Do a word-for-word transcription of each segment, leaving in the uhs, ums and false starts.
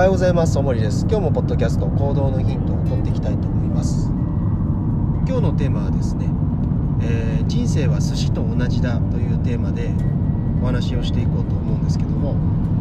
ようございます。おもりです。今日もポッドキャスト行動のヒントを取っていきたいと思います。今日のテーマはですね、えー、人生は寿司と同じだというテーマでお話をしていこうと思うんですけども、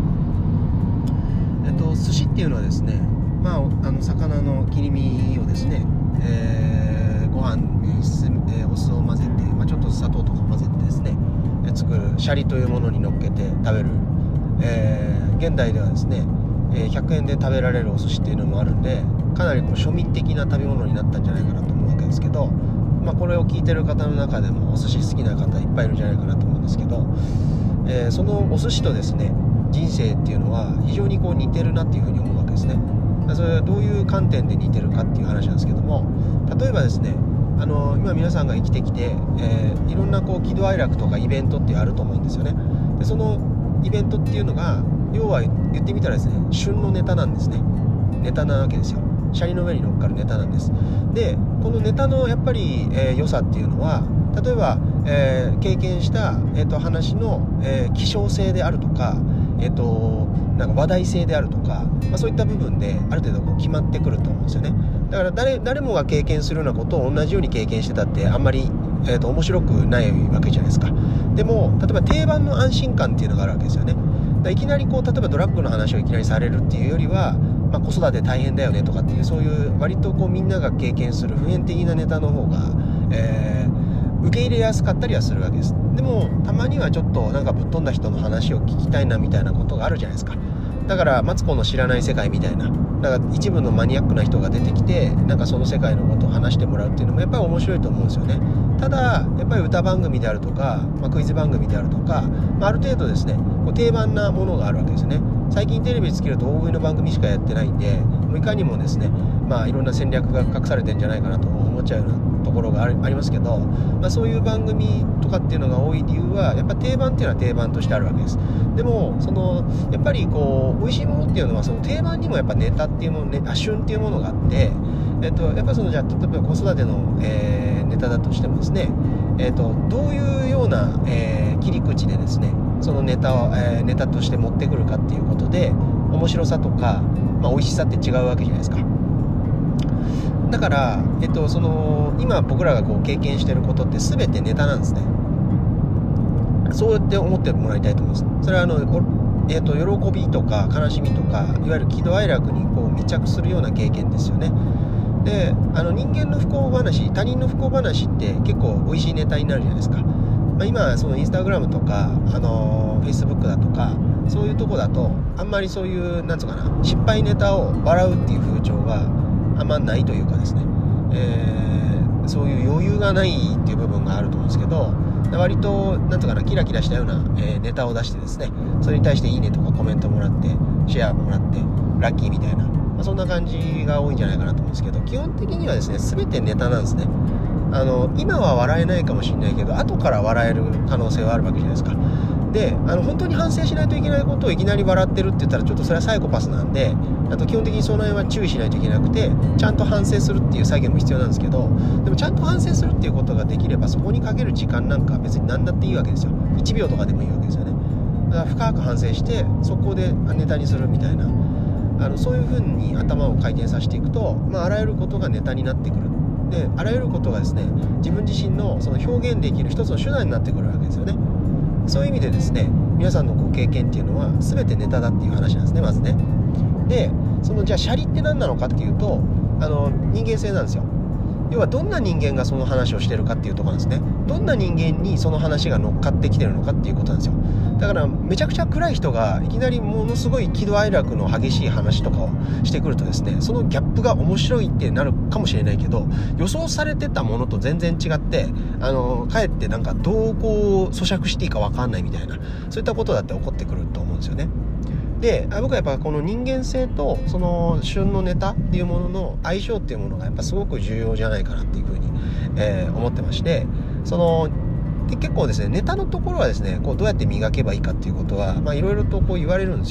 えっと寿司っていうのはですね、まああの魚の切り身をですね、えー、ご飯にす、えー、お酢を混ぜて、まあ、ちょっと砂糖とか混ぜてですね、えー、作るシャリというものに乗っけて食べる、えー、現代ではですねひゃくえんで食べられるお寿司っていうのもあるんで、かなりこう庶民的な食べ物になったんじゃないかなと思うわけですけど、まあ、これを聞いてる方の中でもお寿司好きな方いっぱいいるんじゃないかなと思うんですけど、えー、そのお寿司とですね人生っていうのは非常にこう似てるなっていうふうに思うわけですね。それはどういう観点で似てるかっていう話なんですけども、例えばですね、あの今皆さんが生きてきて、えー、いろんなこう喜怒哀楽とかイベントってあると思うんですよね。でそのイベントっていうのが要は言ってみたらですね、旬のネタなんですね。ネタなわけですよ。シャリの上に乗っかるネタなんです。でこのネタのやっぱり、えー、良さっていうのは、例えば、えー、経験した、えー、と話の、えー、希少性であるとか、えー、となんか話題性であるとか、まあ、そういった部分である程度こう決まってくると思うんですよね。だから 誰, 誰もが経験するようなことを同じように経験してたってあんまり、えー、と面白くないわけじゃないですか。でも例えば定番の安心感っていうのがあるわけですよね。だいきなりこう例えばドラッグの話をいきなりされるっていうよりは、まあ、子育て大変だよねとかっていう、そういう割とこうみんなが経験する普遍的なネタの方が、えー、受け入れやすかったりはするわけです。でもたまにはちょっとなんかぶっ飛んだ人の話を聞きたいなみたいなことがあるじゃないですか。だからマツコの知らない世界みたいな、だから一部のマニアックな人が出てきてなんかその世界のことを話してもらうっていうのもやっぱり面白いと思うんですよね。ただやっぱり歌番組であるとか、まあ、クイズ番組であるとか、まあ、ある程度ですねこう定番なものがあるわけですよね。最近テレビつけると大食いの番組しかやってないんで、もういかにもですね、まあ、いろんな戦略が隠されてるんじゃないかなと思っちゃうようなところがありますけど、まあ、そういう番組とかっていうのが多い理由はやっぱ定番っていうのは定番としてあるわけです。でもそのやっぱりこう美味しいものっていうのはその定番にもやっぱネタっていうもの、ね、あ旬っていうものがあって、えっと、やっぱそのじゃあ例えば子育ての、えー、ネタだとしてもですね、えっと、どういうような、えー、切り口でですねそのネタを、えー、ネタとして持ってくるかっていうことで面白さとか、まあ、美味しさって違うわけじゃないですか。だから、えっと、その今僕らがこう経験していることって全てネタなんですね。そうやって思ってもらいたいと思います。それはあの、えっと、喜びとか悲しみとかいわゆる喜怒哀楽にこう密着するような経験ですよね。であの人間の不幸話、他人の不幸話って結構美味しいネタになるじゃないですか。まあ、今そのインスタグラムとか、あのー、フェイスブックだとかそういうとこだとあんまりそういうなんつうかな失敗ネタを笑うっていう風潮があんまないというかですね、えー、そういう余裕がないっていう部分があると思うんですけど、割となんとかなキラキラしたような、えー、ネタを出してですね、それに対していいねとかコメントもらってシェアもらってラッキーみたいな、まあ、そんな感じが多いんじゃないかなと思うんですけど、基本的にはですね全てネタなんですね。あの今は笑えないかもしれないけど後から笑える可能性はあるわけじゃないですか。であの本当に反省しないといけないことをいきなり笑ってるって言ったらちょっとそれはサイコパスなんで、あと基本的にその辺は注意しないといけなくてちゃんと反省するっていう作業も必要なんですけど、でもちゃんと反省するっていうことができればそこにかける時間なんか別に何だっていいわけですよ。いちびょうとかでもいいわけですよね。だから深く反省してそこでネタにするみたいな、あのそういう風に頭を回転させていくと、まあ、あらゆることがネタになってくる。であらゆることがですね自分自身のその表現できる一つの手段になってくるわけですよね。そういう意味でですね皆さんのこう経験っていうのは全てネタだっていう話なんですね、まずね。でそのじゃあシャリって何なのかっていうと、あの人間性なんですよ。要はどんな人間がその話をしてるかっていうところなんですね。どんな人間にその話が乗っかってきてるのかっていうことなんですよ。だからめちゃくちゃ暗い人がいきなりものすごい喜怒哀楽の激しい話とかをしてくるとですね、そのギャップが面白いってなるかもしれないけど、予想されてたものと全然違って、あのかえってなんかどうこう咀嚼していいか分かんないみたいな、そういったことだって起こってくると思うんですよね。で僕はやっぱこの人間性とその旬のネタっていうものの相性っていうものがやっぱすごく重要じゃないかなっていうふうに、えー、思ってまして、そので結構ですねネタのところはですねこうどうやって磨けばいいかっていうことはまあいろいろとこう言われるんですよ。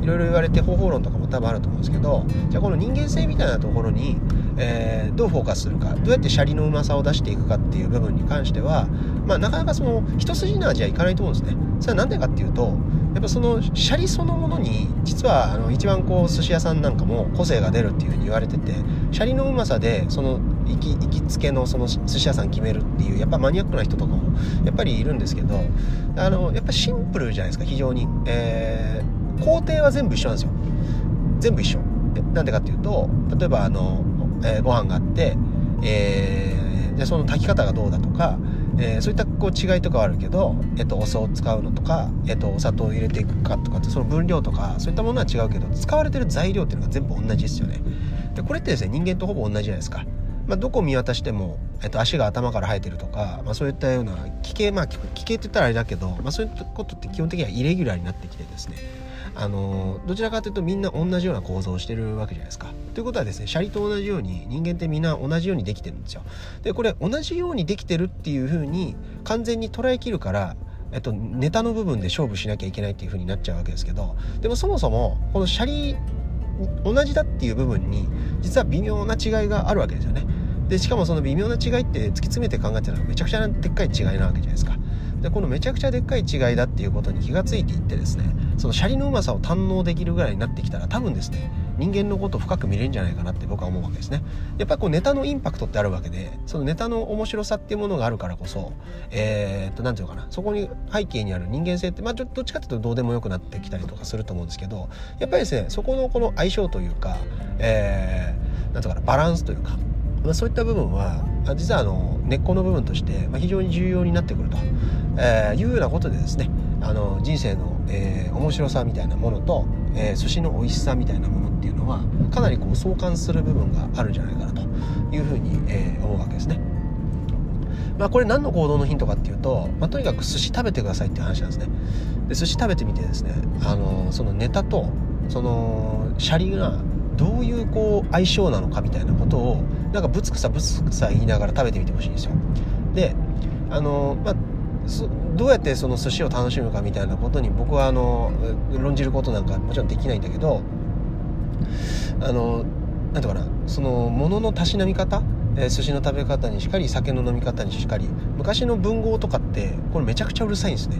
いろいろ言われて方法論とかも多分あると思うんですけど、じゃあこの人間性みたいなところに、えー、どうフォーカスするか、どうやってシャリのうまさを出していくかっていう部分に関しては、まあ、なかなかその一筋縄じゃいかないと思うんですね。それはなんでかっていうと、やっぱそのシャリそのものに実はあの一番こう寿司屋さんなんかも個性が出るっていう風に言われてて、シャリのうまさでその行き行きつけのその寿司屋さん決めるっていうやっぱマニアックな人とかもやっぱりいるんですけど、あのやっぱシンプルじゃないですか、非常に、えー、工程は全部一緒なんですよ。全部一緒なんでかっていうと、例えばあの、えー、ご飯があって、えー、でその炊き方がどうだとか、えー、そういったこう違いとかはあるけど、えっと、お酢を使うのとか、えっと、お砂糖を入れていくかとかって、その分量とかそういったものは違うけど、使われてる材料っていうのが全部同じですよね。でこれってですね、人間とほぼ同じじゃないですか。まあ、どこを見渡しても、えっと、足が頭から生えてるとか、まあ、そういったような奇形、まあ奇形って言ったらあれだけど、まあ、そういったことって基本的にはイレギュラーになってきてですね、あのどちらかというとみんな同じような構造をしてるわけじゃないですか。ということはですね、シャリと同じように人間ってみんな同じようにできてるんですよ。でこれ同じようにできてるっていう風に完全に捉えきるから、えっと、ネタの部分で勝負しなきゃいけないっていう風になっちゃうわけですけど、でもそもそもこのシャリ同じだっていう部分に実は微妙な違いがあるわけですよね。でしかもその微妙な違いって突き詰めて考えてるのがめちゃくちゃでっかい違いなわけじゃないですか。でこのめちゃくちゃでっかい違いだっていうことに気がついていってですね、そのシャリのうまさを堪能できるぐらいになってきたら、多分ですね、人間のことを深く見れるんじゃないかなって僕は思うわけですね。やっぱりこうネタのインパクトってあるわけで、そのネタの面白さっていうものがあるからこそ、えー、っとなんていうのかな、そこに背景にある人間性って、まあ、ちょっとどっちかっていうとどうでもよくなってきたりとかすると思うんですけど、やっぱりですね、そこのこの相性というか、えー、なんていうかな、バランスというか、まあ、そういった部分は実はあの根っこの部分として非常に重要になってくると、えー、いうようなことでですね、あの人生の、えー、面白さみたいなものと、えー、寿司の美味しさみたいなものっていうのはかなりこう相関する部分があるんじゃないかなというふうに、えー、思うわけですね。まあ、これ何の行動のヒントかっていうと、まあ、とにかく寿司食べてくださいっていう話なんですね。で寿司食べてみてですね、あのそのネタとそのシャリがどういうこう相性なのかみたいなことをなんかぶつくさぶつくさ言いながら食べてみてほしいんですよ。であの、まあ、どうやってその寿司を楽しむかみたいなことに僕はあの論じることなんかもちろんできないんだけど、あのなんていうかな、その物のたしなみ方、えー、寿司の食べ方にしかり酒の飲み方にしかり、昔の文豪とかってこれめちゃくちゃうるさいんですね。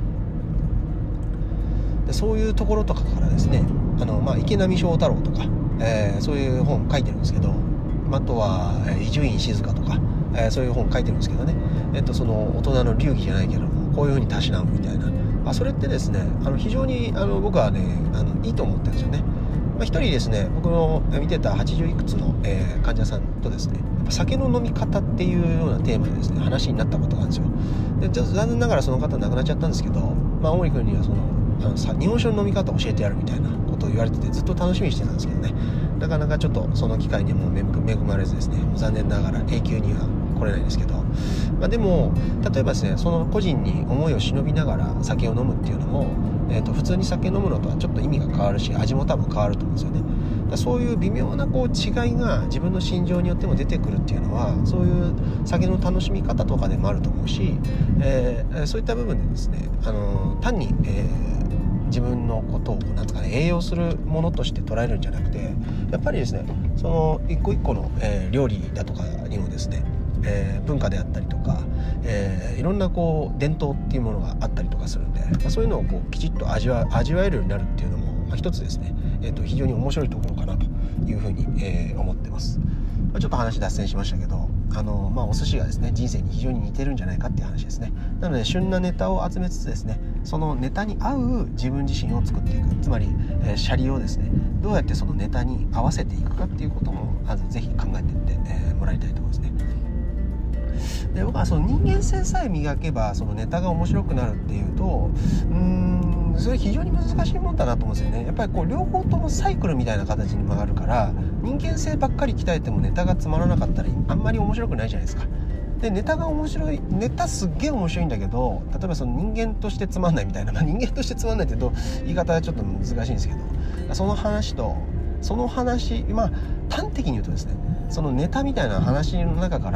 でそういうところとかからですね、あの、まあ、池波正太郎とか、えー、そういう本書いてるんですけど、あとは伊集院静とか、えー、そういう本書いてるんですけどね、えっと、その大人の流儀じゃないけどもこういう風にたしなむみたいな、あそれってですね、あの非常にあの僕はねあのいいと思ってるんですよね。まあ、一人ですね、僕の見てたはちじゅういくつの、えー、患者さんとですね、やっぱ酒の飲み方っていうようなテーマでですね話になったことがあるんですよ。でちょっと残念ながらその方亡くなっちゃったんですけど、まあ、大森君にはそのあのさ日本酒の飲み方を教えてやるみたいなことを言われてて、ずっと楽しみにしてたんですけどね、なかなかちょっとその機会にも恵まれずですね、残念ながら永久には来れないんですけど、まあ、でも例えばですね、その個人に思いを忍びながら酒を飲むっていうのも、えー、と普通に酒飲むのとはちょっと意味が変わるし、味も多分変わると思うんですよね。だそういう微妙なこう違いが自分の心情によっても出てくるっていうのは、そういう酒の楽しみ方とかでもあると思うし、えー、そういった部分でですね、あの単に、えー自分のことをなんとか、ね、栄養するものとして捉えるんじゃなくて、やっぱりですね、その一個一個の、えー、料理だとかにもですね、えー、文化であったりとか、えー、いろんなこう伝統っていうものがあったりとかするんで、まあ、そういうのをこうきちっと味わ、味わえるようになるっていうのも、まあ、一つですね、えーと、非常に面白いところかなというふうに、えー、思ってます。まあ、ちょっと話脱線しましたけど、あの、まあ、お寿司がですね人生に非常に似てるんじゃないかっていう話ですね。なので旬なネタを集めつつですね、そのネタに合う自分自身を作っていく、つまり、えー、シャリをですねどうやってそのネタに合わせていくかっていうこともまずぜひ考えていって、えー、もらいたいと思いますね。で僕はその人間性さえ磨けばそのネタが面白くなるっていうと、うーんそれ非常に難しいもんだなと思うんですよね。やっぱりこう両方ともサイクルみたいな形に曲がるから、人間性ばっかり鍛えてもネタがつまらなかったらあんまり面白くないじゃないですか。でネタが面白い、ネタすっげえ面白いんだけど、例えばその人間としてつまんないみたいな、まあ、人間としてつまんないってどう言い方はちょっと難しいんですけど、その話とその話、まあ端的に言うとですね、そのネタみたいな話の中から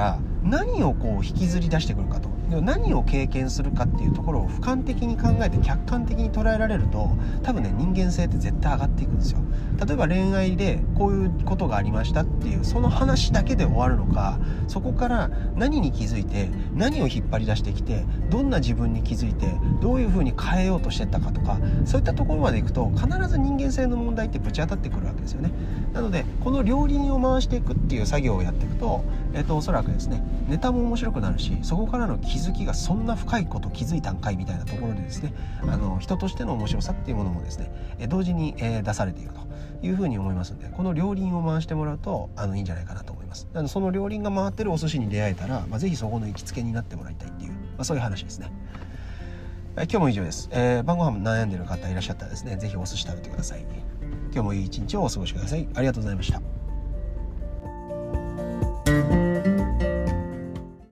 何をこう引きずり出してくるかと、何を経験するかっていうところを俯瞰的に考えて客観的に捉えられると、多分ね人間性って絶対上がっていくんですよ。例えば恋愛でこういうことがありましたっていうその話だけで終わるのか、そこから何に気づいて何を引っ張り出してきて、どんな自分に気づいてどういうふうに変えようとしてったかとか、そういったところまでいくと必ず人間性の問題ってぶち当たってくるわけですよね。なのでこの両輪を回していくっていう作業をやっていくと、えっと、おそらくですねネタも面白くなるし、そこからの気づきがそんな深いこと気づいたんかいみたいなところでですね、あの人としての面白さっていうものもですね同時に、えー、出されていくというふうに思いますので、この両輪を回してもらうとあのいいんじゃないかなと思います。なのでその両輪が回ってるお寿司に出会えたら、まあ、ぜひそこの行きつけになってもらいたいっていう、まあ、そういう話ですね。今日も以上です。えー、晩ご飯悩んでる方いらっしゃったらですね、ぜひお寿司食べてください。今日もいい一日をお過ごしください。ありがとうございました。